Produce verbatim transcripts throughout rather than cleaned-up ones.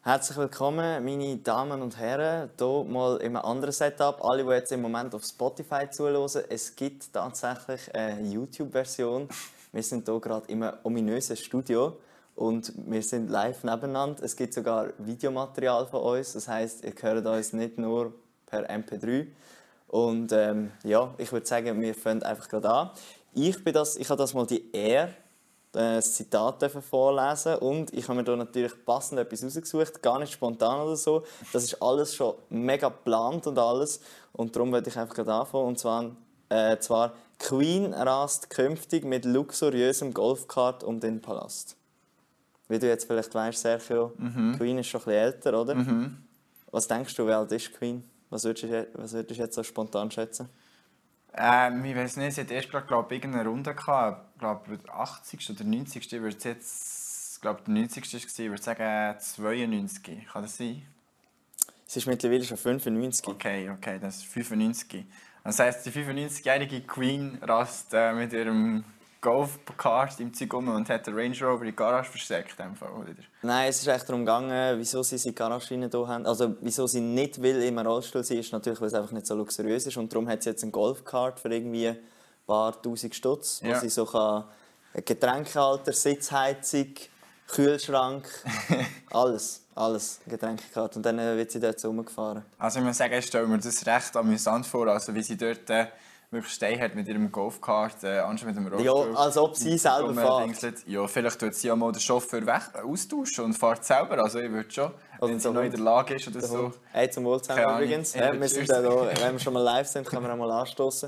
Herzlich willkommen, meine Damen und Herren, hier mal in einem anderen Setup. Alle, die jetzt im Moment auf Spotify zuhören, es gibt tatsächlich eine YouTube-Version. Wir sind hier gerade in einem ominösen Studio und wir sind live nebeneinander. Es gibt sogar Videomaterial von uns, das heisst, ihr hört uns nicht nur per M P drei. Und ähm, ja, ich würde sagen, wir fangen einfach gerade an. Ich, bin das, ich habe das mal die Ehre, das Zitat vorlesen und ich habe mir hier natürlich passend etwas rausgesucht, gar nicht spontan oder so. Das ist alles schon mega geplant und alles und darum werde ich einfach gerade anfangen. Und zwar, äh, zwar Queen rast künftig mit luxuriösem Golfkart um den Palast. Wie du jetzt vielleicht weißt, Sergio, mhm. Queen ist schon ein bisschen älter, oder? Mhm. Was denkst du, wie alt ist Queen? Was würdest du, was würdest du jetzt so spontan schätzen? Ähm, ich weiß nicht, sie hat erst gerade, glaube ich, irgendeine Runde gehabt. Ich glaube, der achtzigste oder neunzigste würde es jetzt, ich glaube, der neunzigste war, ich würde sagen zweiundneunzig. Kann das sein? Sie ist mittlerweile schon fünfundneunzig. Okay, okay, das ist fünfundneunzig. Das heisst, die fünfundneunzigjährige Queen rast äh, mit ihrem Golfkart im Zeug um und hat den Range Rover in die Garage versteckt. Oder? Nein, es ist echt darum gegangen, wieso sie sie in die Garage rein haben. Also, wieso sie nicht will im Rollstuhl sein, ist natürlich, weil es einfach nicht so luxuriös ist. Und darum hat sie jetzt einen Golfkart für irgendwie ein paar tausend Stutz, wo ja. sie so kann Getränkehalter, Sitzheizung, Kühlschrank, alles, alles Getränkekarte. Und dann wird sie dort so rumgefahren. Also ich muss sagen, ich stelle mir das recht amüsant vor, also wie sie dort äh, wirklich stehen hat mit ihrem Golfkart, äh, anstatt mit dem Rollstuhl. Ja, als ob sie selber fährt. Ja, vielleicht tut sie ja mal den Chauffeur weg, austauschen und fährt selber. Also ich würde schon, oder wenn sie noch in der Lage ist oder so. Hey, zum Wohl zusammen übrigens. Ja, wir sind da, wenn wir schon mal live sind, können wir auch mal anstoßen.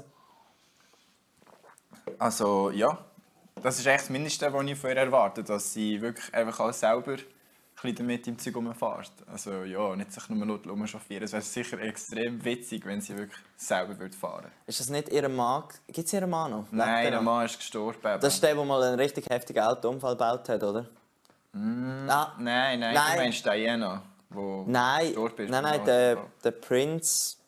Also ja, das ist echt das Mindeste, was ich von ihr erwarte, dass sie wirklich einfach auch selber damit im Zeug rumfährt. Also ja, nicht sich nur noch rumchauffieren. Es wäre sicher extrem witzig, wenn sie wirklich selber fahren würde. Ist das nicht ihr Mann? Gibt es ihren Mann noch? Nein, ihr Mann ist gestorben. Das ist der, der mal einen richtig heftigen Autounfall gebaut hat, oder? Mm, ah, nein, nein, nein, du meinst Diana, wo nein, gestorben ist. Nein, nein, der, der Prince...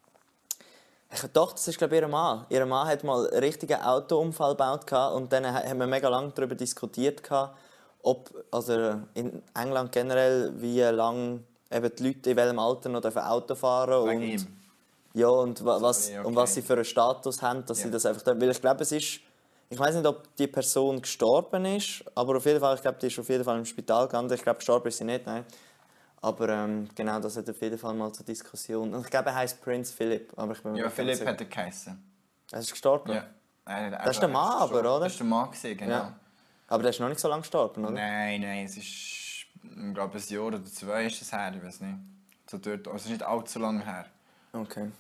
Ich, doch, das ist glaube ich ihr Mann. Ihr Mann hat mal einen richtigen Autounfall gebaut und dann haben wir mega lange darüber diskutiert, ob also in England generell, wie lange eben die Leute in welchem Alter noch Auto fahren dürfen. und, ihm. ja, und, was, okay. und was sie für einen Status haben, dass ja. sie das einfach... Weil ich glaube, es ist... Ich weiß nicht, ob die Person gestorben ist, aber auf jeden Fall, ich glaube, die ist auf jeden Fall im Spital gelandet. Ich glaube, gestorben ist sie nicht, nein. Aber ähm, genau, das hat auf jeden Fall mal zur Diskussion. Und ich glaube, er heisst Prince Philip. Aber ich bin ja, Philipp hat er geheißen. Er ist gestorben? Ja. Nein, das ist der Mann aber, oder? Das ist der Mann, genau. Ja. Aber der ist noch nicht so lange gestorben, oder? Nein, nein, es ist, ich glaube, ein Jahr oder zwei ist es her, ich weiß nicht. So dort, also es ist nicht allzu lange her. Okay.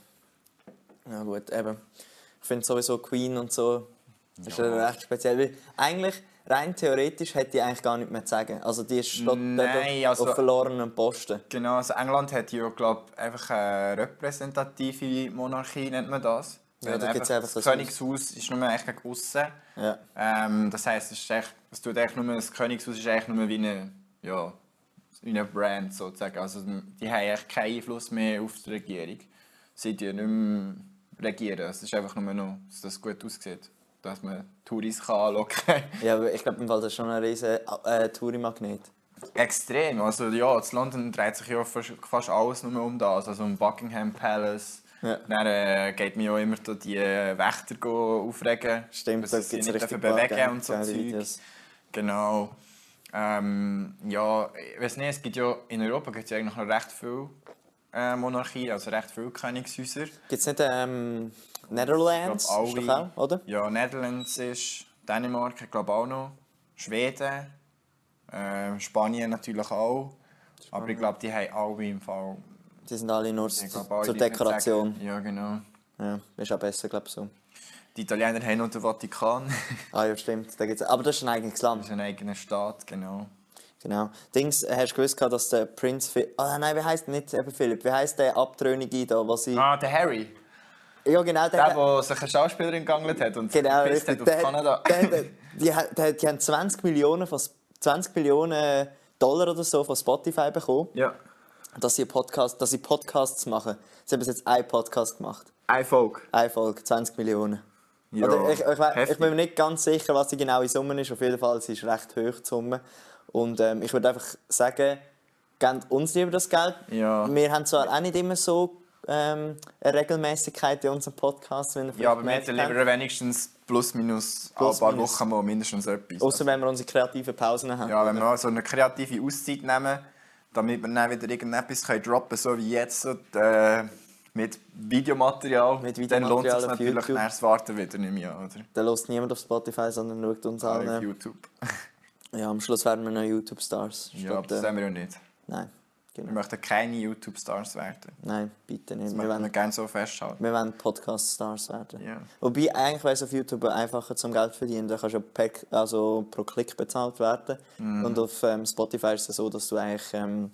Ja gut, eben. Ich finde sowieso Queen und so, das ja. ist recht speziell. Weil eigentlich, rein theoretisch, hätte die eigentlich gar nichts mehr zu sagen. Also die ist Nein, auf, also, auf verlorenen Posten. Genau, also England hat ja, glaube ich, einfach eine repräsentative Monarchie, nennt man das. Ja, da gibt's einfach das Königshaus ist nur echt gegen aussen. Ja. Ähm, das heisst, es ist echt, es tut echt nur, das Königshaus ist echt nur wie eine, ja, wie eine Brand sozusagen. Also die haben echt keinen Einfluss mehr auf die Regierung. Sie die nicht mehr regieren. Es ist einfach nur noch, dass das gut aussieht. Dass man Touris anlocken kann. Ja, aber ich glaube, das ist schon ein riesen äh, Touri-Magnet. Extrem. Also ja, in London dreht sich ja fast, fast alles nur um das. Also um Buckingham Palace. Ja. Dann äh, geht mir auch immer die äh, Wächter aufregen. Stimmt, dass sie sich nicht bewegen und so Zeug. Genau. Ähm, ja, ich weiß nicht, es gibt ja in Europa gibt es ja eigentlich noch recht viel äh, Monarchie, also recht viele Königshäuser. Gibt es nicht ähm, Netherlands? Ich glaub, ist doch auch, oder? Ja, Netherlands ist, Dänemark, ich glaube auch noch, Schweden, äh, Spanien natürlich auch. Spanien. Aber ich glaube, die haben alle im Fall. Die sind alle nur zu, zur Dekoration. Ja, genau. Ja, ist auch besser, glaube ich, so. Die Italiener haben noch den Vatikan. Ah ja, stimmt. Da gibt's, aber das ist ein eigenes Land. Das ist ein eigener Staat, genau. Genau. Dings, hast du gewusst, dass der Prinz... Philipp... Ah nein, wie heisst nicht eben Philipp? Wie heisst der Abtrünnige da, was sie... Ah, der Harry. Ja, genau. Der, der, der sich eine Schauspielerin gegangelt hat und genau, gepisst hat auf der, Kanada. Der, der, die, die, die haben zwanzig Millionen, von, zwanzig Millionen Dollar oder so von Spotify bekommen. Ja. Dass sie, Podcast, dass sie Podcasts machen. Sie haben jetzt einen Podcast gemacht. Ein Folge? Ein Folge, zwanzig Millionen. Ja, Oder ich, ich, ich bin mir nicht ganz sicher, was die genaue Summe ist. Auf jeden Fall sie ist recht hoch, die Summe. Und ähm, ich würde einfach sagen, geben uns lieber das Geld. Ja. Wir haben zwar auch nicht immer so ähm, eine Regelmäßigkeit in unserem Podcast. Wenn Ja, aber wir hätten lieber wenigstens plus minus alle paar minus. Wochen mal mindestens etwas. Außer wenn wir unsere kreativen Pausen haben. Ja, wenn wir mal so eine kreative Auszeit nehmen, damit wir dann wieder irgendetwas können droppen können, so wie jetzt, äh, mit Videomaterial, Mit dann lohnt es Videomaterial sich auf natürlich YouTube. das Warten wieder nicht mehr, oder? Da hört niemand auf Spotify, sondern schaut uns Ah, an. auf YouTube. Ja, am Schluss werden wir noch YouTube-Stars. Ja, aber das äh, haben wir ja nicht. Nein, Wir genau. möchten keine YouTube-Stars werden. Nein, bitte nicht. Das Wir möchten wir wollen, gerne so festhalten. wir wollen Podcast-Stars werden. Ja. Wobei, eigentlich wäre es auf YouTube einfacher zum Geld verdienen. Da kannst du ja per, also pro Klick bezahlt werden. Mhm. Und auf ähm, Spotify ist es so, dass du eigentlich... Ähm,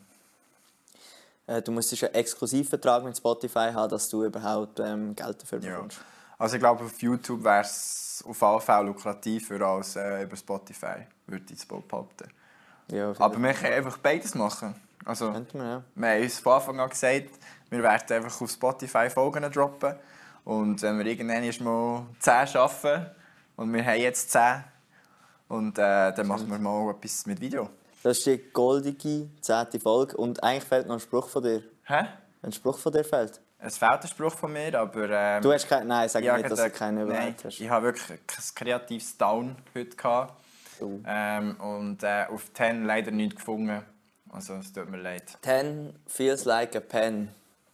äh, du musst einen Exklusivvertrag mit Spotify haben, dass du überhaupt ähm, Geld dafür Ja. bekommst. Also ich glaube, auf YouTube wäre es auf alle Fälle lukrativer als äh, über Spotify, würde ich jetzt behaupten. Ja, auf jeden Aber wir können einfach beides machen. Also, Könnte man, ja. wir haben uns von Anfang an gesagt, wir werden einfach auf Spotify Folgen droppen. Und wenn wir irgendwann mal zehn schaffen, und wir haben jetzt zehn, und äh, dann machen wir mal etwas mit Video. Das ist die goldige zehnte Folge. Und eigentlich fehlt noch ein Spruch von dir. Hä? Ein Spruch von dir fehlt. Es fehlt ein Spruch von mir, aber... Ähm, Du hast keinen... Nein, sag ich nicht, dass habe du keinen nein, überlegt hast. ich habe wirklich ein kreatives Down heute gehabt. Oh. Ähm, und äh, auf zehn leider nichts gefunden. Also es tut mir leid. Ten feels like a pen.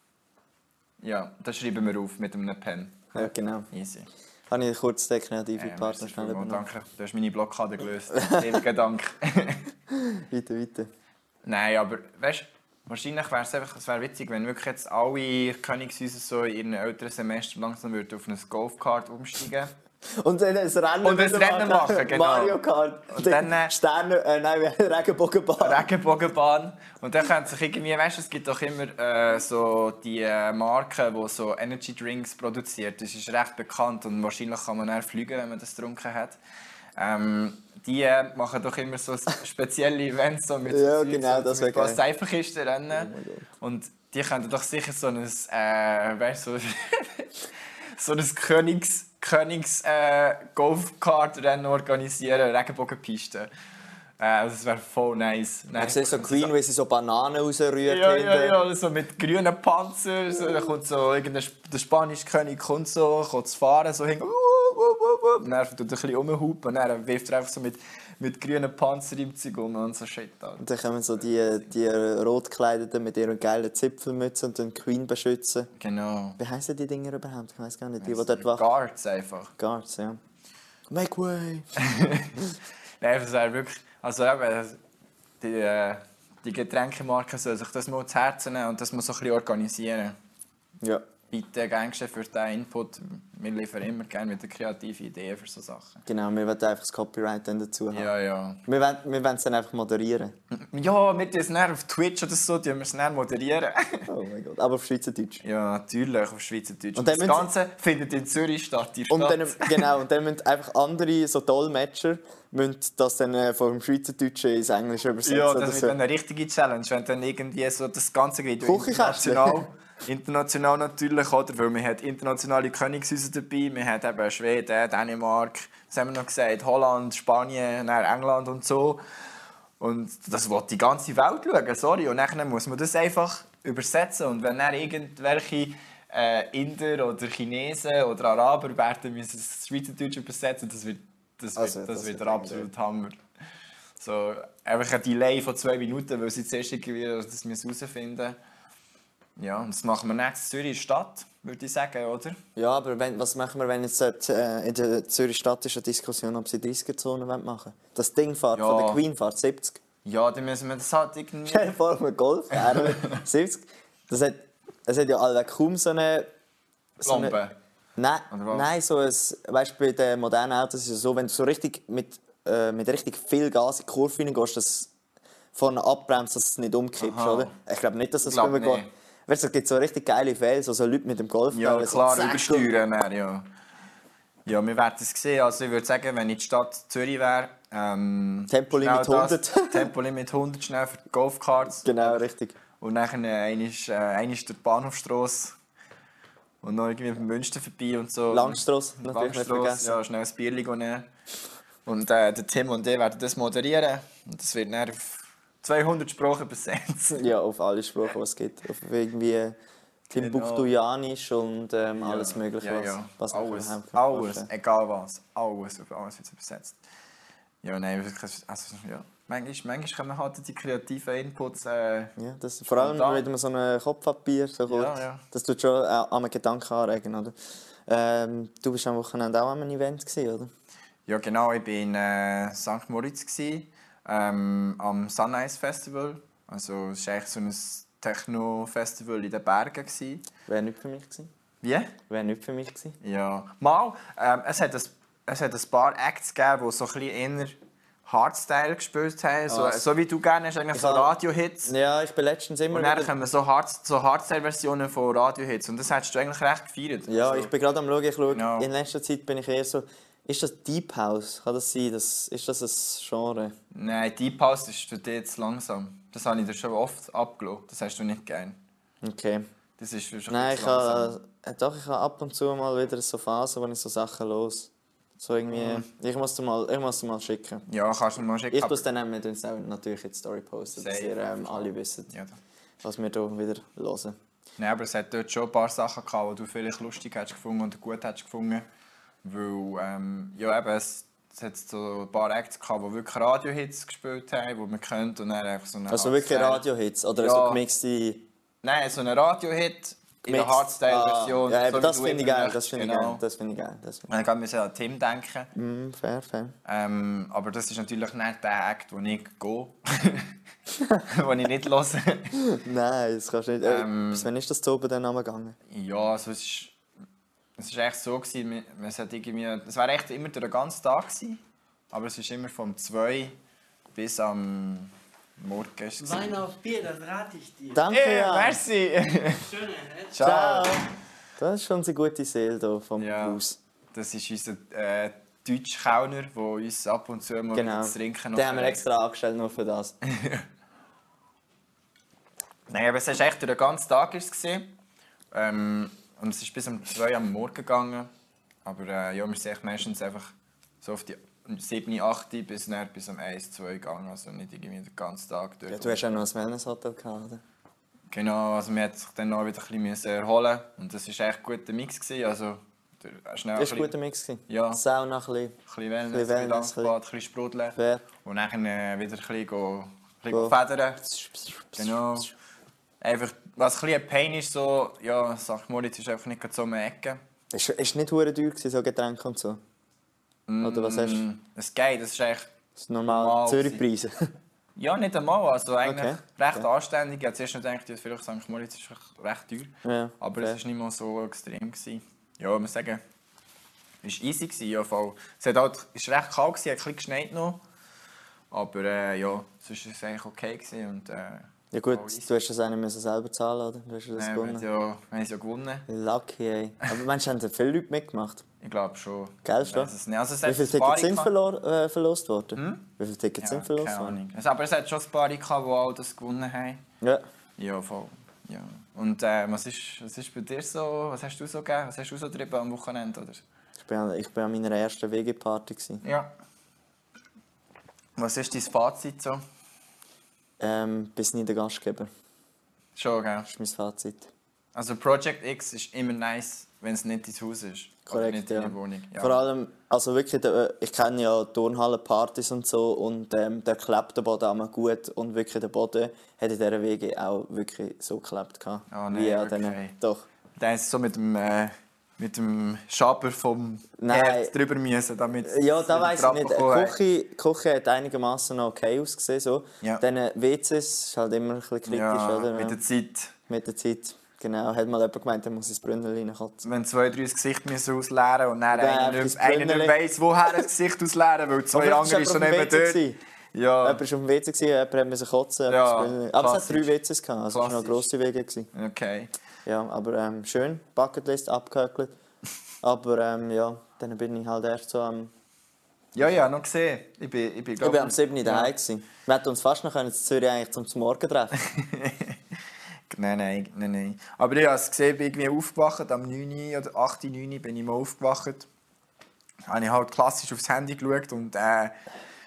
Ja, das schreiben wir auf mit einem Pen. Ja, genau. Easy. Habe ich kurz den kreativen Äh, Partner merci schnell vielmals, übernommen. danke, du hast meine Blockade gelöst. Vielen Dank. Weiter, weiter. Nein, aber weißt, wahrscheinlich wäre es einfach, es wäre witzig, wenn wirklich jetzt alle Königshäuser so in ihren älteren Semester langsam würden auf ein Golfkart umsteigen. Und dann ein Rennen, Und ein wieder Rennen machen, genau. Mario Kart. Und dann, äh, Sterne... Äh, nein, Regenbogenbahn. Regenbogenbahn. Und dann können sich irgendwie, weißt du, es gibt doch immer äh, so die äh, Marken, die so Energy Drinks produziert. Das ist recht bekannt und wahrscheinlich kann man dann fliegen, wenn man das getrunken hat. Ähm, die äh, machen doch immer so spezielle Events so mit Ja, so Zeugs, genau, so das wäre was geil. einfach ist, der Rennen. Oh Und die können doch sicher so ein, äh, weißt du, so, so ein Königs, Königs äh, Golfkart-Rennen organisieren, Regenbogenpiste. Äh, das wäre voll nice. Nein, Ich sehe so Queen, wie sie so Bananen rausrührt. ja, hinten. ja, ja, so mit grünen Panzern. So, da kommt so irgendein Sp- der spanische König kommt so, kommt zu fahren, so hin. Und dann tut er ein bisschen rumhupen und dann wirft er einfach so mit, mit grünen Panzern im Zeug um und so Shit. Alter. Und dann kommen so die, die Rotkleideten mit ihren geilen Zipfelmützen und den Queen beschützen. Genau. Wie heissen die Dinger überhaupt? Ich weiß gar nicht. Die, die dort wachen. Guards einfach. Guards, ja. Make way! Nein, das wäre wirklich... Also eben, die, äh, die Getränkemarke soll sich das mal zu Herzen nehmen und das muss so ein bisschen organisieren. Ja. Bitte, Gangster für diesen Input. Wir liefern immer gerne mit kreativen Ideen für solche Sachen. Genau, wir wollen einfach das Copyright dann dazu haben. Ja, ja. Wir wollen, wir wollen es dann einfach moderieren. Ja, wir tun es dann auf Twitch oder so, tun wir es dann moderieren. Oh mein Gott. Aber auf Schweizerdeutsch. Ja, natürlich, auf Schweizerdeutsch. Und Und dann das müssen- Ganze findet in Zürich statt, die Und Stadt. dann, genau, und dann müssen einfach andere so Dolmetscher müssen das dann äh, vom Schweizerdeutschen ins Englische übersetzen. Ja, oder das so. wird dann eine richtige Challenge, wenn dann irgendwie so das ganze Video Küchenkästchen. international, international natürlich, oder? Weil man hat internationale Königshäuser dabei, man hat eben Schweden, Dänemark, was haben wir noch gesagt, Holland, Spanien, dann England und so. Und das will die ganze Welt schauen, sorry. Und dann muss man das einfach übersetzen. Und wenn dann irgendwelche äh, Inder oder Chinesen oder Araber werden müssen das Schweizerdeutsch übersetzen, das wird, das Also, wird, das das wird wird der absolute Hammer. So, einfach ein Delay von zwei Minuten, weil sie zuerst irgendwie das herausfinden müssen. Ja, und das machen wir nächstes Zürich in der Stadt, würde ich sagen, oder? Ja, aber wenn, was machen wir, wenn jetzt äh, in der Zürich Stadt ist eine Diskussion, ob sie dreißiger-Zone machen wollen? Das Ding fährt Ja. von der Queen fährt siebzig. Ja, dann müssen wir das halt irgendwie... Stell dir vor, mit Golf fahren siebzig. Das hat, es hat ja alle kaum so eine... So eine Lampe. nein, Oder was? nein, so ein, weißt, bei den modernen Autos ist es so, wenn du so richtig mit, äh, mit richtig viel Gas in die Kurve reingehst, dass es vorne abbremst, dass es nicht umkippst, Aha. oder? Ich glaube nicht, dass das Glaub rübergeht. nicht. Weißt du, es gibt so richtig geile Fälle, so, so Leute mit dem Golf. Ja, so klar, zack, übersteuern. Dann, ja. Ja, wir werden es sehen. Also ich würde sagen, wenn ich in der Stadt Zürich wäre... Ähm, Tempolimit schnell das- hundert. Tempolimit hundert, schnell für die Golfkarts. Genau, richtig. Und dann einmal äh, einmal durch die Bahnhofstrasse. Und noch irgendwie beim Münster vorbei und so. Langstrasse, natürlich nicht Langstrasse, vergessen. ja, schnell ein Bierchen nehmen. Und äh, der Tim und ich werden das moderieren. Und das wird dann auf zweihundert Sprachen übersetzt. Ja, auf alle Sprachen, die es gibt. Auf irgendwie Timbuktuanisch und ähm, alles ja, Mögliche. ja, ja. Was, was alles, man alles, egal was. Alles, auf alles wird übersetzt. Ja, nein, wirklich, also, ja. Manchmal, manchmal können wir halt die kreativen Inputs... Äh, ja, das, vor allem, wenn man so ein Kopfpapier so kommt, ja, ja. Das tut schon äh, an einen Gedanken anregen, oder? Ähm, du warst am Wochenende auch an einem Event gewesen, oder? Ja, genau. Ich war in äh, Sankt Moritz, gewesen, ähm, am Sunrise Festival. Also, es war eigentlich so ein Techno-Festival in den Bergen. Wäre nicht für mich gewesen. Wie? Wäre nicht für mich gewesen. Ja. Mal, ähm, es, hat ein, es hat ein paar Acts gegeben, die so ein bisschen eher Hardstyle gespielt haben. So, Ah, so wie du gerne hast, eigentlich so Radio-Hits. Ja, ich bin letztens immer... Und dann kommen so, Hard, so Hardstyle-Versionen von Radio-Hits. Und das hättest du eigentlich recht gefeiert. Ja, also, ich bin gerade am Schauen. Ich schaue, genau. In letzter Zeit bin ich eher so... Ist das Deep House? Kann das sein? Das, ist das ein Genre? Nein, Deep House ist für dich jetzt langsam. Das habe ich dir schon oft abgelassen. Das hast du nicht gern. Okay. Das ist für dich Nein, ich langsam. habe, äh, doch, ich habe ab und zu mal wieder so Phasen, wo ich so Sachen los. So irgendwie, mm. ich, muss dir mal, ich muss dir mal schicken. Ja, kannst du mir mal schicken. Ich muss dann auch mit uns auch natürlich in die Story posten, dass ihr ähm, alle wisst, ja, was wir hier wieder hören. Nein, aber es hat dort schon ein paar Sachen gehabt, die du vielleicht lustig hast gefunden oder gut hast gefunden. Weil, ähm, ja, eben, es, es hat so ein paar Acts gehabt, die wirklich Radio-Hits gespielt haben, die man kennt. Und dann einfach so eine also wirklich Radio-Hits? Oder ja. so gemixte... Nein, so eine Radio-Hit in der Hardstyle-Version. Ah, ja, so das finde ich geil, das finde ich genau. geil, das finde ich geil. Das find ich geil. Ich an Tim denken. Mm, fair, fair. Ähm, aber das ist natürlich nicht der Act, den ich gehe. Den ich nicht höre. Nein, das kannst du nicht. Ähm, Bis wann ist das zu oben dann gegangen? Ja, also es ist... Es war echt so, gewesen, es war echt immer der ganze Tag gewesen, aber es ist immer vom zwei bis am Morgen. Wein auf Bier, das rate ich dir. Danke, hey, ja. Merci. Schöne, Ciao. Das ist schon eine gute Seele hier vom ja, Haus. Das ist unser äh, deutscher Kellner, der uns ab und zu mal genau. das Trinken noch den haben wir extra angestellt, nur für das. Nein, aber es war echt der ganze Tag. Ähm, Und es ist bis um zwei Uhr am Morgen gegangen. Aber äh, ja, wir sind meistens einfach so auf die sieben, acht bis, bis um eins, zwei gegangen. Also nicht irgendwie den ganzen Tag durch. Ja, du hast ja noch ein Wellness-Hotel gehabt, oder? Genau, also man musste sich dann noch wieder ein bisschen erholen. Und das war echt ein guter Mix. Also, schnell das war ein guter Mix? Ja. Sauna, ein bisschen, ein bisschen Wellness, ein bisschen Dampfbad, ein bisschen Sprudeln. Fair. Und dann äh, wieder ein bisschen, go, ein bisschen go. federn. Genau. Einfach, was ein bisschen ein Pain ist, so, ja, Sankt Moritz ist einfach nicht so um die Ecke. Ist es nicht hure teuer gewesen, so Getränke und so? Oder was hast du? Es geht, das ist echt... Das ist normal Zürich-Preise? Ja, nicht einmal, also eigentlich okay. recht okay. anständig. Ich habe zuerst noch gedacht, vielleicht Sankt Moritz ist recht teuer, ja, aber okay. es war nicht mal so extrem gewesen. Ja, ich muss sagen, es war easy gewesen, ja, voll. Es war halt, es war recht kalt, es hat ein bisschen geschneit noch, aber äh, ja, sonst war es eigentlich okay gewesen und äh, ja gut, du hast das auch nicht selber zahlen, oder? Du hast das Nein, gewonnen. Ja, wir haben es ja gewonnen. Lucky, ey. Aber meinst du, haben viele Leute mitgemacht? Ich glaube schon. Gell, schon? Also, es Wie viele Tickets sind verlo äh, verlost worden? Hm? Wie viele Tickets ja, sind verlost keine worden? Ahnung. Also, aber es hat schon ein paar gehabt, die all das gewonnen haben. Ja. Ja, voll. Ja. Und äh, was, ist, was ist bei dir so? Was hast du so gegeben? Was hast du so getrieben am Wochenende? Oder? Ich war ich bin an meiner ersten W G-Party. Ja. Was ist dein Fazit so? Ähm, bis nie der Gastgeber. Schon, gell? Das ist mein Fazit. Also Project X ist immer nice, wenn es nicht dein Haus ist. Korrekt, oder nicht ja. deine Wohnung. Ja. Vor allem, also wirklich, ich kenne ja Turnhallen-Partys und so und ähm, der klebt der Boden immer gut und wirklich der Boden hat in dieser W G auch wirklich so geklebt. Oh, nein, wie an wirklich. den, doch. Der ist so mit dem, äh, mit dem Schaber vom Herd drüber müssen, damit ja, da weiss ich nicht. Die Küche, die Küche hat einigermaßen noch okay ausgesehen. So. Ja. Dann W Cs ist halt immer ein bisschen kritisch. Ja, oder? mit der Zeit. Mit der Zeit. Genau, hat mal jemand gemeint, er muss ins Brünnel reinkotzen. Wenn zwei, drei das Gesicht müssen ausleeren und dann einer nicht, einer nicht weiss, woher das Gesicht ausleeren, weil zwei andere schon neben dort. Ja. Jemand war auf dem W C, jemand musste kotzen. Ja, aber es hat drei W Cs, gehabt, also es war noch eine grosse W G. Okay. Ja, aber ähm, schön, Bucketlist abgehökelt. Aber ähm, ja, dann bin ich halt erst so am... Ja, ja, noch gesehen. Ich bin, ich bin, ich bin am sieben Uhr daheim. Ja. Wir hätten uns fast noch in Zürich eigentlich zum Morgen treffen. Nein, nein, nein, nein. Aber ich habe es gesehen, bin irgendwie aufgewacht, am neun oder acht, neun bin ich mal aufgewacht. Dann habe ich halt klassisch aufs Handy geschaut und äh,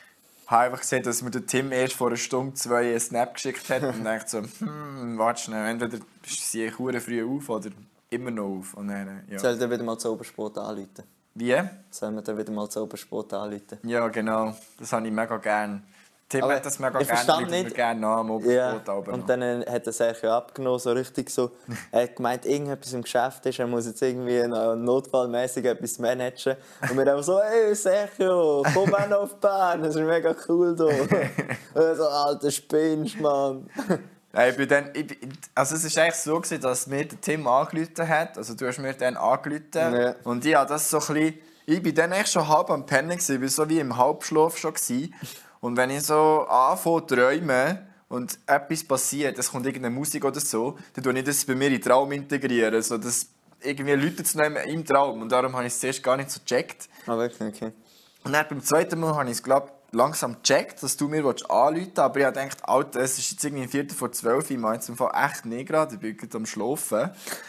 habe einfach gesehen, dass mir der Tim erst vor einer Stunde, zwei einen Snap geschickt hat und dachte so, hm, warte schnell, entweder stehe ich hure früh auf oder immer noch auf. Und dann, ja. Soll der wieder mal zu Obersport anrufen? Wie? Sollen wir dann wieder mal zu Obersport anrufen? Ja, genau. Das habe ich mega gerne. Tim Aber hat das mega ich gerne, verstand ruft mir nicht- gerne nach am Ja, Obersport. und dann äh, hat er Sergio abgenommen, so richtig so. Er hat gemeint, irgendetwas im Geschäft ist, er muss jetzt irgendwie noch notfallmäßig etwas managen. Und wir haben so, hey Sergio, komm auch noch auf Bern, das ist mega cool hier. Und er so, alter Spinnst, Mann. Nein, ich bin dann, ich, bin- also es war eigentlich so, gewesen, dass mir der Tim angerufen hat. Also du hast mir dann angerufen. Ja. Und ich habe das so ein bisschen, ich bin dann echt schon halb am Pennen gewesen, ich war so wie im Halbschlaf schon gewesen. Und wenn ich so anfange zu träumen und etwas passiert, es kommt irgendeine Musik oder so, dann tue ich das bei mir in den Traum integrieren. So, das irgendwie läutet es nicht im Traum. Und darum habe ich es zuerst gar nicht so gecheckt. Ah, wirklich, okay. Und dann beim zweiten Mal habe ich es, glaub, langsam gecheckt, dass du mir anrufen willst. Aber ich habe gedacht, Alter, es ist jetzt irgendwie Viertel vor zwölf, ich meine jetzt im Fall echt nicht gerade, ich bin gerade am Schlafen.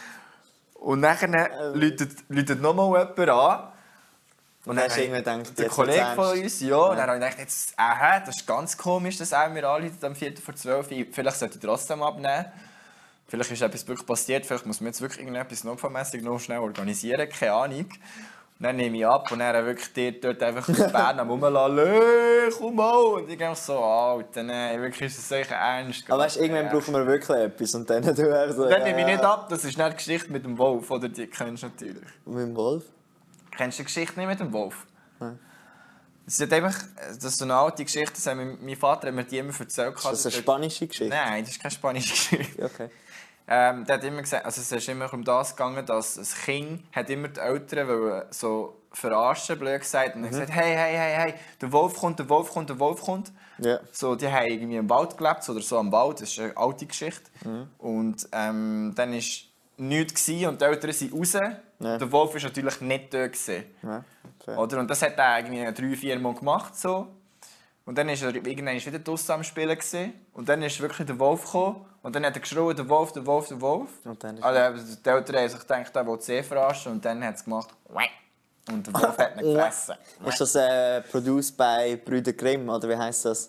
Und dann läutet, läutet nochmal jemand an. Und dann hast du irgendwie gedacht, der jetzt Kollege wird's von ernst. uns, ja, und dann habe ich gedacht, jetzt, aha, das ist ganz komisch, dass er mir anruft am Viertel vor zwölf. Vielleicht sollte ich trotzdem abnehmen. Vielleicht ist etwas wirklich passiert, vielleicht muss man jetzt wirklich irgendetwas notfallmässig noch schnell organisieren, keine Ahnung. Und dann nehme ich ab und dann wirklich dort, dort einfach auf Bern am Rumlassen, «Hey, komm mal!» Und ich denke so, Alter, nein, wirklich ist es sicher ernst. Aber weißt, irgendwann brauchen wir wirklich etwas und dann du er so... Dann nehme ich nicht ab, das ist nicht die Geschichte mit dem Wolf, oder die kennst du natürlich. Mit dem Wolf? Kennst du die Geschichte nicht mit dem Wolf? Nein. Das ist einfach, das ist so eine alte Geschichte, das hat mir, mein Vater hat mir die immer erzählt. Ist das eine spanische Geschichte? Nein, das ist keine spanische Geschichte. Okay. Ähm, der hat immer gesagt, also es ist immer um das gegangen, dass ein Kind hat immer die Eltern wollen so verarschen, blöd gesagt, und mhm. gesagt, hey, hey, hey, hey, der Wolf kommt, der Wolf kommt, der Wolf kommt. Ja. So, die haben irgendwie im Wald gelebt oder so am Wald, das ist eine alte Geschichte. Mhm. Und ähm, dann war nichts und die Eltern sind raus. Ja. Der Wolf war natürlich nicht dort. Gewesen. Ja. Fair. Oder? Und das hat er irgendwie drei, vier Mal gemacht. So. Und dann war er irgendwann wieder draussen am Spielen. Gewesen. Und dann ist wirklich der Wolf gekommen. Und dann hat er geschrien, der Wolf, der Wolf, der Wolf. Und dann ist Also, die Eltern haben sich gedacht, er will sie verarschen. Und dann hat es gemacht, und der Wolf hat ihn gefressen. Ist das äh, produced by Brüder Grimm, oder wie heisst das?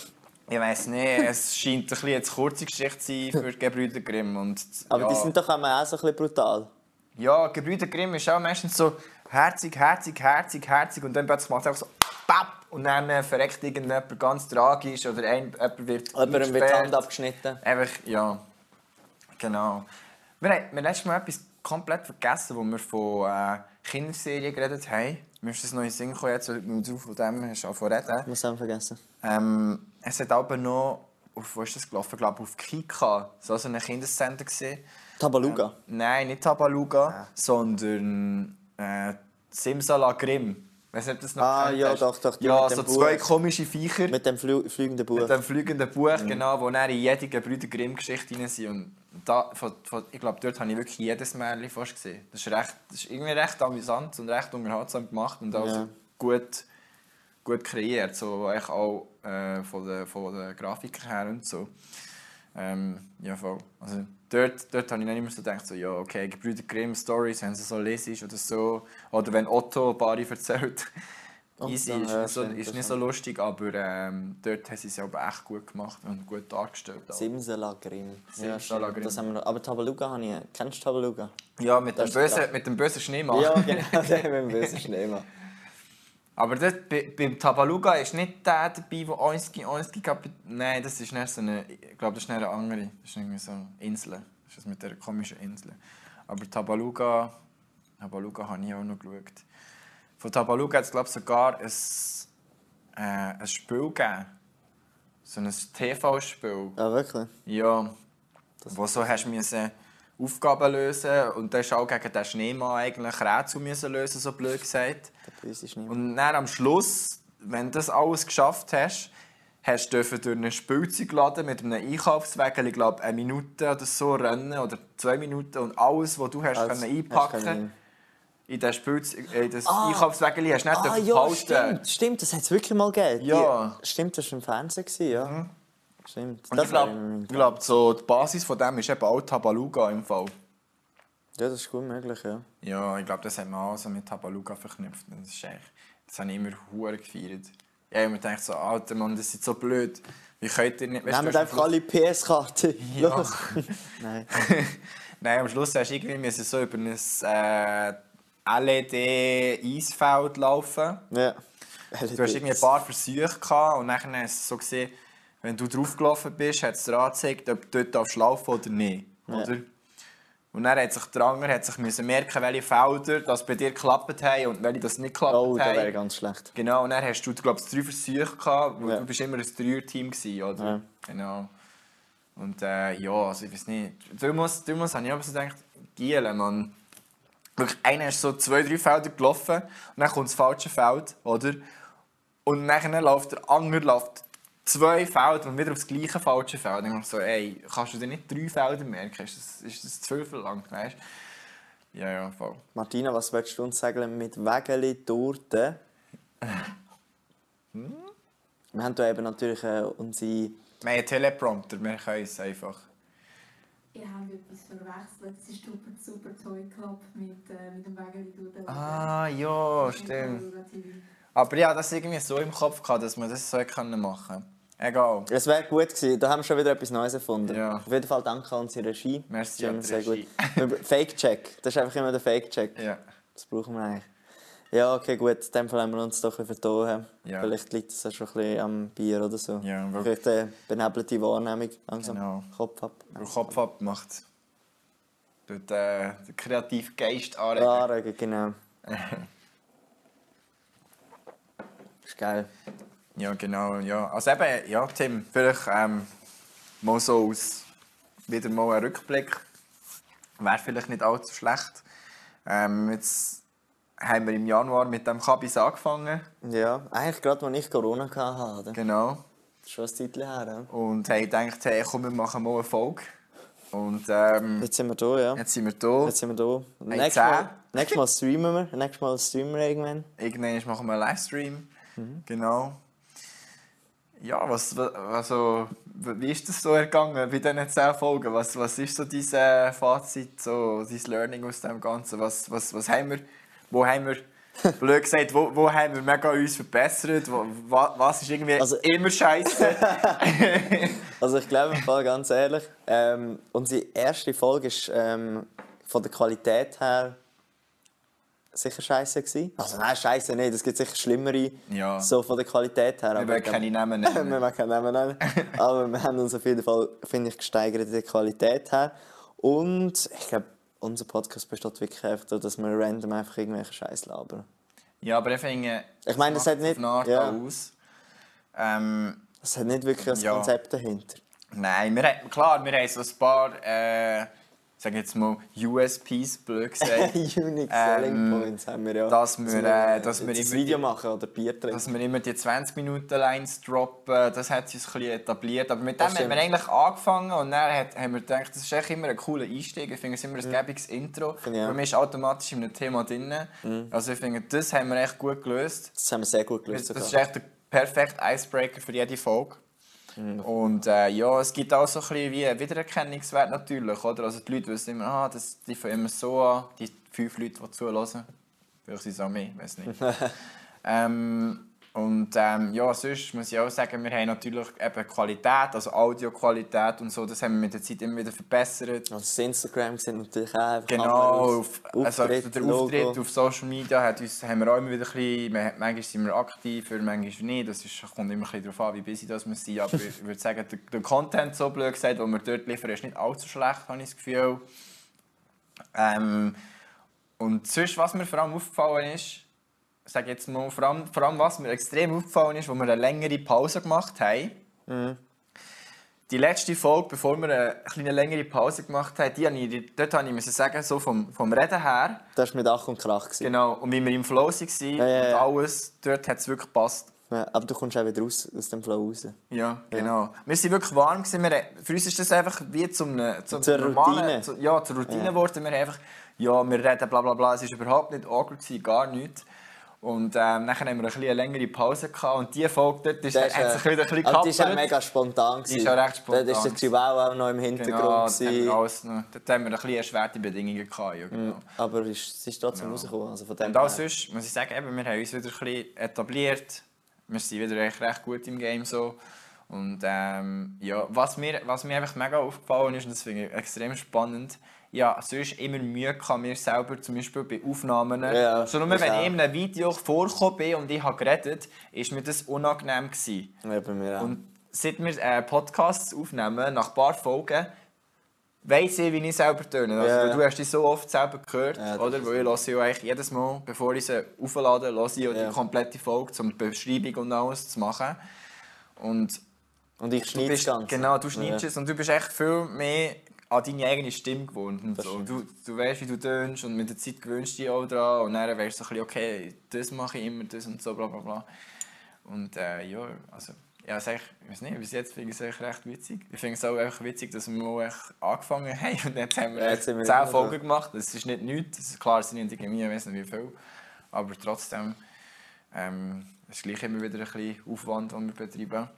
Ich weiss nicht, es scheint ein bisschen eine zu kurze Geschichte zu sein für die Gebrüder Grimm. Und, Aber ja. die sind doch auch so ein bisschen brutal. Ja, Gebrüder Grimm ist auch meistens so herzig, herzig, herzig, herzig und dann plötzlich macht es einfach so papp und dann äh, verreckt irgendjemand ganz tragisch oder ein, jemand wird Jemandem wird die Hand abgeschnitten. Einfach, ja, genau. Wir haben, wir haben letztes Mal etwas komplett vergessen, wo wir von äh, Kinderserien geredet haben. Mir ist das noch in den Sinn gekommen, jetzt, weil du von dem hast angefangen zu reden. Was haben wir vergessen? Ähm, es hat aber noch, auf, wo ist das gelaufen? Ich glaube, auf Kika, so so ein Kindersender gesehen. Tabaluga? Ähm, nein, nicht Tabaluga, ja. sondern äh, Simsalagrim. Weißt du, ob das noch Ah, kennt ja, hast? doch, doch. die Ja, mit so dem zwei Buch. komische Viecher. Mit dem Flü fliegenden Buch. Mit dem fliegenden Buch, mhm. genau, wo dann in jede Gebrüder Grimm-Geschichte rein sind. Und da, von, von, ich glaube, dort habe ich wirklich jedes Märchen fast gesehen. Das ist, recht, das ist irgendwie recht amüsant und recht unterhaltsam gemacht und auch Ja. so gut, gut kreiert. So, eigentlich auch äh, von den von der Grafiker her und so. Ähm, ja, voll. Also, dort, dort habe ich dann immer so gedacht, so, ja, okay, Gebrüder Grimm Stories, wenn du so lesest oder so. Oder wenn Otto Bari erzählt. Oh, Easy, ja, ist, ja, nicht so, stimmt, ist das nicht so lustig, aber ähm, dort haben sie es aber echt gut gemacht und gut dargestellt. auch. Simsalagrim. Ja, Simsalagrim. stimmt, das haben wir noch. Aber Tabaluga habe ich... Kennst du Tabaluga? Ja, mit dem, Das ist bösen, klar. mit dem bösen Schneemann. Ja, genau, der mit dem bösen Schneemann. Aber dort, bei, beim Tabaluga ist nicht der dabei, der Oinski, Oinski Kapit... Nein, das ist nicht so eine... Ich glaube, das ist nicht eine andere. Das ist irgendwie so eine Insel. Das ist das mit dieser komischen Insel. Aber Tabaluga... Tabaluga habe ich auch noch geschaut. Von Tabaluga hat es, glaube ich, sogar ein, äh, ein Spiel gegeben. So ein T V-Spiel. Ja, wirklich? Ja. Wo so hast du müssen Aufgaben lösen und dann hast du auch gegen den Schneemann eigentlich Rätsel müssen lösen, so blöd gesagt. Der böse Schneemann. Und dann am Schluss, wenn du das alles geschafft hast, hast du durch einen Spielzeugladen mit einem Einkaufswagen, ich glaube, eine Minute oder so rennen oder zwei Minuten und alles, was du hast, Also, können einpacken hast können- in das, Spielzeug, äh, in das Ah. Einkaufswagen hast du nicht Ah, dürfen ja, behalten. stimmt, stimmt, das hat es wirklich mal gegeben. Ja. Die, stimmt, das war im Fernsehen, gewesen, ja. Mhm. Stimmt. Und Das ich glaube, war- ich glaub, so die Basis von dem ist eben auch Tabaluga im Fall. Ja, das ist gut möglich, ja. Ja, ich glaube, das hat man auch so mit Tabaluga verknüpft. Das, ist echt, das habe ich immer hure gefeiert. Ja, ich mir denke so, Alter Mann, das ist so blöd. Wie könnt ihr nicht... Weißt, Nehmt du hast einfach alle P S-Karten. Ja. Nein. Nein, am Schluss hast du irgendwie müssen so über ein äh, L E D-Eisfeld laufen. Ja. Du hast irgendwie ein paar Versuche gehabt und dann hast du es so gesehen, wenn du draufgelaufen bist, hat es dir angezeigt, ob du dort laufen darfst oder nicht. Ja. Oder? Und dann hat sich der Anger hat sich müssen merken, welche Felder das bei dir geklappt haben und welche das nicht geklappt Oh, das wäre haben. ganz schlecht. Genau, und dann hast du, glaube ich, drei Versuche gehabt, weil Ja. du bist immer ein Dreier-Team gewesen, oder? Ja. Genau. Und äh, ja, also ich weiß nicht. Damals, damals habe ich aber so gedacht, Giele, Mann. Wirklich, einer ist so zwei, drei Felder gelaufen und dann kommt das falsche Feld, oder? Und dann läuft der Anger läuft zwei Felder und wieder aufs gleiche falsche Feld. Und ich dachte so, ey, kannst du dir nicht drei Felder merken? Ist das, ist das zu viel verlangt, weißt du? Ja, ja, voll. Martina, was würdest du uns sagen mit Wägeli, Torte? Hm? Wir haben hier eben natürlich äh, unsere... Wir haben einen Teleprompter, wir können es einfach. Ihr habt etwas verwechselt. Es ist super, super Toy Club mit, äh, mit dem Wägeli durch den Ah, ja, stimmt. Aber ja, das irgendwie so im Kopf gehabt, dass man das so machen konnte. Egal. Es wäre gut gewesen, da haben wir schon wieder etwas Neues erfunden. Ja. Auf jeden Fall danke an unsere Regie. Merci Das an ist die immer sehr Regie. gut. Fake-Check, das ist einfach immer der Fake-Check. Ja. Das brauchen wir eigentlich. Ja, okay, gut. In dem Fall haben wir uns doch ein bisschen vertan. Ja. Vielleicht liegt es auch schon ein bisschen am Bier oder so. Ja, weil- Vielleicht eine benebelte Wahrnehmung. Langsam. Genau. Kopf ab. Der Kopf abmacht. Tut äh, den kreativen Geist anregen. Anregen, genau. Ist geil. Ja, genau. Ja. Also eben, ja, Tim, vielleicht ähm, mal so aus wieder mal ein Rückblick. Wäre vielleicht nicht allzu schlecht. Ähm, jetzt haben wir im Januar mit dem Kabis angefangen. Ja, eigentlich gerade, als ich Corona hatte. Genau. Das ist schon ein Zeitchen her. Ja. Und haben gedacht, hey, komm, wir machen mal eine Folge. Und ähm, Jetzt sind wir da, ja. jetzt sind wir hier. Jetzt sind wir da. Hey, Nächstes zehn. Mal, nächstes Mal streamen wir. Nächstes Mal streamen wir irgendwann. Irgendwann machen wir einen Livestream. Mhm. Genau. Ja, was, was- also, wie ist das so ergangen bei diesen zehn Folgen? Was, was ist so dein äh, Fazit, so dein Learning aus dem Ganzen? Was, was, was haben wir, wo haben wir, blöd gesagt, wo, wo haben wir mega uns verbessert? Wo, wa, was ist irgendwie Also- immer scheiße? Also ich glaube im Fall ganz ehrlich, ähm, unsere erste Folge ist ähm, von der Qualität her sicher scheiße gewesen. Also nein, scheiße nicht, es gibt sicher schlimmere, Ja. so von der Qualität her. Wir wollen keine Namen nennen. wir wollen keine Namen nennen. Aber wir haben uns auf jeden Fall, finde ich, gesteigert in der Qualität her. Und ich glaube, unser Podcast besteht wirklich einfach darin, dass wir random einfach irgendwelche Scheiß labern. Ja, aber ich finde, Ich meine, das macht hat nicht- auf eine Art ja. auch aus. Ähm, Es hat nicht wirklich ein Ja. Konzept dahinter. Nein, wir, haben- klar, wir haben so ein paar, äh, sag jetzt mal, U S Ps, blöd gesagt. Unique Ähm, Selling Points haben wir ja. dass wir, äh, dass wir jetzt immer ein Video die- machen oder Bier trinken. Dass wir immer die zwanzig Minuten Lines droppen, das hat sich ein bisschen etabliert. Aber mit dem Das haben wir stimmt. eigentlich angefangen und dann hat, haben wir gedacht, das ist echt immer ein cooler Einstieg. Ich finde es immer ein gäbiges Intro. Finde ich auch. Man ist automatisch in einem Thema drin. Also ich finde, das haben wir echt gut gelöst. Das haben wir sehr gut Das, gelöst. das ist sogar. echt der perfekte Icebreaker für jede Folge. Und äh, ja, es gibt auch so ein bisschen wie einen Wiedererkennungswert natürlich, oder? Also die Leute wissen immer, ah, das, die fangen immer so an, die fünf Leute, die zuhören. Vielleicht sind es auch mehr, weiß nicht. ähm, und ähm, ja, sonst muss ich auch sagen, wir haben natürlich eben Qualität, also Audioqualität und so, das haben wir mit der Zeit immer wieder verbessert. Also das Instagram sind natürlich auch einfach Genau, Kameras, auf, also Auftritt, der Logo. Auftritt auf Social Media hat uns, haben wir auch immer wieder ein bisschen, wir- manchmal sind wir aktiver, manchmal nicht, das ist, kommt immer ein bisschen darauf an, wie busy das wir sind, aber ich würde sagen, der, der Content, so blöd gesagt, den wir dort liefern, ist nicht allzu schlecht, habe ich das Gefühl. Ähm, und sonst, was mir vor allem aufgefallen ist, ich sage jetzt mal, vor allem, vor allem was mir extrem aufgefallen ist, wo wir eine längere Pause gemacht haben. Die letzte Folge, bevor wir eine kleine längere Pause gemacht haben, die habe ich, dort habe ich müssen sagen, so vom, vom Reden her, Das war mit Ach und Krach. gewesen. genau, und wie wir im Flow waren ja, ja. und alles, dort hat es wirklich gepasst. Ja, aber du kommst auch wieder raus, aus dem Flow raus. Ja, genau. Wir waren wirklich warm. Gewesen. Wir, für uns ist das einfach wie zum, zum Zur normalen, Routine. Zu, ja, zur Routine Ja. geworden. Wir haben einfach, ja, wir reden bla bla bla. Es war überhaupt nicht awkward, gewesen, gar nichts. Und ähm, dann haben wir eine, bisschen eine längere Pause gehabt. Und diese Folge dort ist, Das hat sich wieder ein bisschen aber die ist auch gekappert. mega spontan. Die ist auch recht spontan. Dort war der Chihuahua auch noch im Hintergrund. Genau, dort haben gewesen. wir, alles noch, dort haben wir ein bisschen erschwerte Bedingungen gehabt. Ja, genau. Aber es ist, es ist trotzdem rausgekommen. Also von dem Und auch her. sonst muss ich sagen, eben, wir haben uns wieder ein bisschen etabliert. wir sind wieder echt recht gut im Game so. Und ähm, ja, was mir, was mir einfach mega aufgefallen ist, und das finde ich extrem spannend, ja, sonst immer Mühe gehabt, mir selber zum Beispiel bei Aufnahmen. Ja, Schon nur, ich wenn auch. ich in einem Video vorgekommen bin und ich habe geredet, ist mir das unangenehm gewesen. Ja, bei mir auch. Und seit wir äh, Podcasts aufnehmen, nach ein paar Folgen, weiss ich, wie ich selber töne. Also, Ja. Du hast dich so oft selber gehört, Ja, das oder? ist Weil ich höre ja eigentlich jedes Mal, bevor ich sie auflade, höre ich ja Ja. die komplette Folge, um die Beschreibung und alles zu machen. Und Und ich du schneide das bist, Ganze. genau, du schneidest Ja. es und du bist echt viel mehr an deine eigene Stimme gewohnt. Und Das so. stimmt. Du, du weißt, wie du tönst und mit der Zeit gewöhnst du dich auch daran. Und dann weißt du so ein bisschen, okay, das mache ich immer, das und so, bla bla bla. Und äh, ja, also, ja, es ist eigentlich, ich weiß nicht, bis jetzt finde ich es echt recht witzig. Ich finde es auch einfach witzig, dass wir mal echt angefangen haben und jetzt haben wir Ja, echt jetzt sind wir zehn immer Folgen da. gemacht. Das ist nicht nichts, das ist klar, es sind nicht irgendwie, ich weiß nicht wie viel, aber trotzdem ähm, es ist gleich immer wieder ein bisschen Aufwand, den wir betreiben.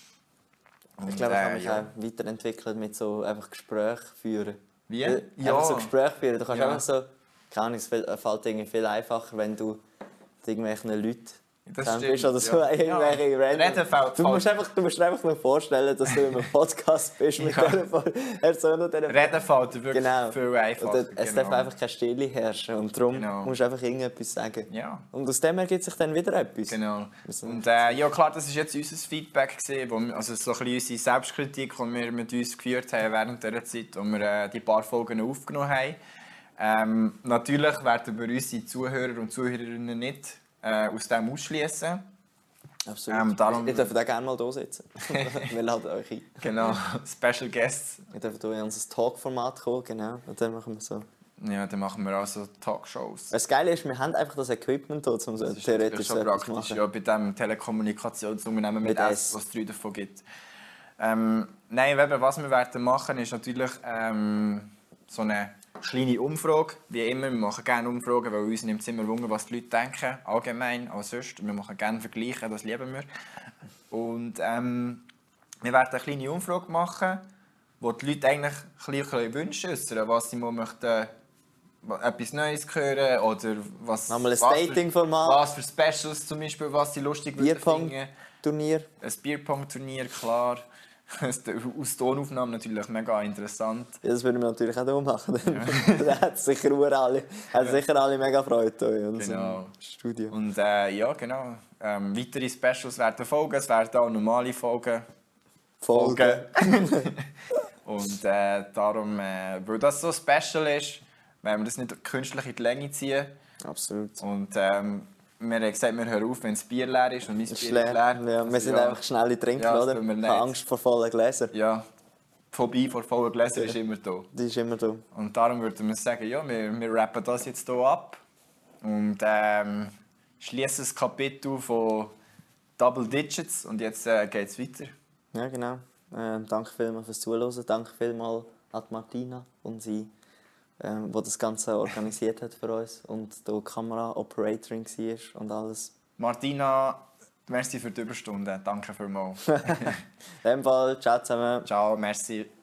Und, Ich glaube, ich habe äh, mich ja. auch weiterentwickelt mit so einfach Gesprächen führen. Wie? Äh, Ja. Einfach so Gespräche führen. Du kannst Ja. einfach so, keine Ahnung, es fällt fällt irgendwie viel einfacher, wenn du mit irgendwelchen Leuten Das zusammen stimmt, bist oder so. ja. Irgendwelche Ja. random. Reden fällt- Du musst, einfach, du musst dir einfach nur vorstellen, dass du in einem Podcast bist mit Ja. dieser Person und dieser Reden fällt dir wirklich Genau. viel einfacher. Und es genau. darf einfach keine Stille herrschen und darum Genau. musst du einfach irgendetwas sagen. Ja. Und aus dem ergibt sich dann wieder etwas. Genau. Wir sind- Und äh, ja klar, das war jetzt unser Feedback gewesen, wo wir, also so ein bisschen unsere Selbstkritik, die wir mit uns geführt haben während dieser Zeit, wo wir äh, die paar Folgen aufgenommen haben. Ähm, natürlich werden wir unsere Zuhörer und Zuhörerinnen nicht äh, aus dem ausschließen. Absolut. Ähm, darum- Ihr dürft auch gerne mal hier sitzen. Wir laden euch ein. Genau, Special Guests. Wir dürfen hier in unser Talk-Format kommen, genau. Und dann machen wir so. Ja, dann machen wir auch so Talkshows. Das Geile ist, wir haben einfach das Equipment hier, um so Das ist natürlich theoretisch schon so etwas zu praktisch, machen. ja, bei dem Telekommunikationsunternehmen mit Mit S, S. was es drei davon gibt. Ähm, nein, eben, was wir werden machen, ist natürlich ähm, so eine kleine Umfrage. Wie immer, wir machen gerne Umfragen, weil uns nimmt es immer Wunder, was die Leute denken, allgemein, auch sonst. Wir machen gerne Vergleiche, das lieben wir. Und ähm, wir werden eine kleine Umfrage machen, wo die Leute eigentlich ein bisschen Wünsche äußern, was sie mal möchten, etwas Neues hören oder was, Machen wir ein was für- Dating-Format. was für Specials zum Beispiel, was sie lustig würden finden. Bierpong-Turnier. Ein Bierpong-Turnier, klar. Aus Tonaufnahmen natürlich mega interessant. Ja, das würden wir natürlich auch hier machen. Da hat sicher ur alle, hat sicher alle mega Freude hier in unserem Genau. Studio. Und äh, ja, genau. Ähm, weitere Specials werden folgen, es werden auch normale Folgen Folgen. Und äh, darum, äh, weil das so special ist, werden wir das nicht künstlich in die Länge ziehen. Absolut. Und ähm, wir haben gesagt, wir hören auf, wenn das Bier leer ist und mein Das Bier ist leer. ist leer. Ja, wir Also, sind ja, einfach schnelle Trinker, Ja, das oder? tut mir Keine leid. Angst vor vollen Gläsern. Ja, die Phobie vor vollen Gläsern Ja. ist immer da. Die ist immer da. Und darum würden wir sagen, ja, wir, wir rappen das jetzt hier ab und ähm, schließen das Kapitel von Double Digits und jetzt äh, geht es weiter. Ja, genau. Ähm, danke vielmals fürs Zuhören. Danke vielmals an die Martina und sie, ähm, die das Ganze organisiert hat für uns und da Kamera-Operatorin war und alles. Martina, merci für die Überstunde. Danke vielmals. In dem Fall, ciao zusammen. Ciao, merci.